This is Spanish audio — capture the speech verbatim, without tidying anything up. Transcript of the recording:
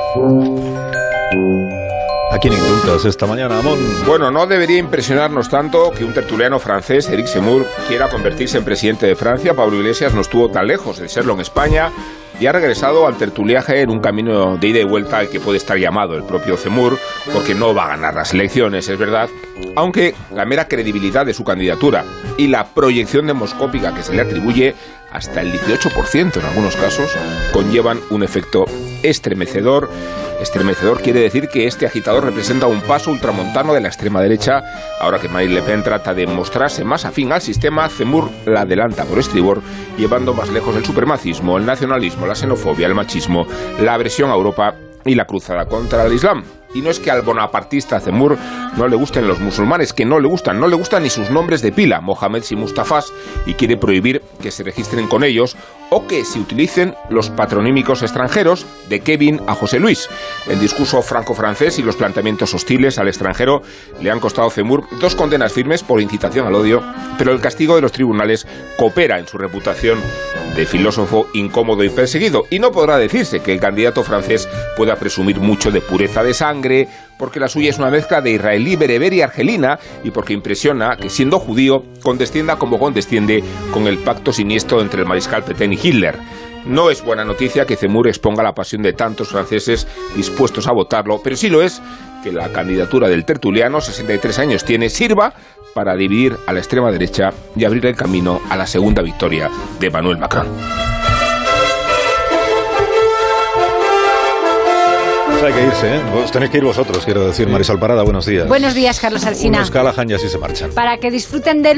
¿A quién indultas esta mañana, Amón? Bueno, no debería impresionarnos tanto que un tertuliano francés, Éric Zemmour, quiera convertirse en presidente de Francia. Pablo Iglesias no estuvo tan lejos de serlo en España y ha regresado al tertuliaje en un camino de ida y vuelta al que puede estar llamado el propio Zemmour, porque no va a ganar las elecciones, es verdad, aunque la mera credibilidad de su candidatura y la proyección demoscópica que se le atribuye, hasta el dieciocho por ciento en algunos casos, conllevan un efecto estremecedor. Estremecedor quiere decir que este agitador representa un paso ultramontano de la extrema derecha. Ahora que Marine Le Pen trata de mostrarse más afín al sistema, Zemmour la adelanta por estribor, llevando más lejos el supremacismo, el nacionalismo, la xenofobia, el machismo, la agresión a Europa y la cruzada contra el Islam. Y no es que al bonapartista Zemmour no le gusten los musulmanes, que no le gustan, no le gustan ni sus nombres de pila, Mohamed y Mustafás, y quiere prohibir que se registren con ellos o que se utilicen los patronímicos extranjeros de Kevin a José Luis. El discurso franco-francés y los planteamientos hostiles al extranjero le han costado a Zemmour dos condenas firmes por incitación al odio, pero el castigo de los tribunales coopera en su reputación de filósofo incómodo y perseguido, y no podrá decirse que el candidato francés pueda presumir mucho de pureza de sangre, porque la suya es una mezcla de israelí, bereber y argelina, y porque impresiona que, siendo judío, condescienda como condesciende con el pacto siniestro entre el mariscal Pétain y Hitler. No es buena noticia que Zemmour exponga la pasión de tantos franceses dispuestos a votarlo, pero sí lo es que la candidatura del tertuliano, sesenta y tres años tiene, sirva para dividir a la extrema derecha y abrir el camino a la segunda victoria de Emmanuel Macron. Hay que irse, ¿eh? Vos tenéis que ir vosotros, quiero decir. Marisol Parada, buenos días. Buenos días, Carlos Alsina. Unos Callahan y así se marchan. Para que disfruten del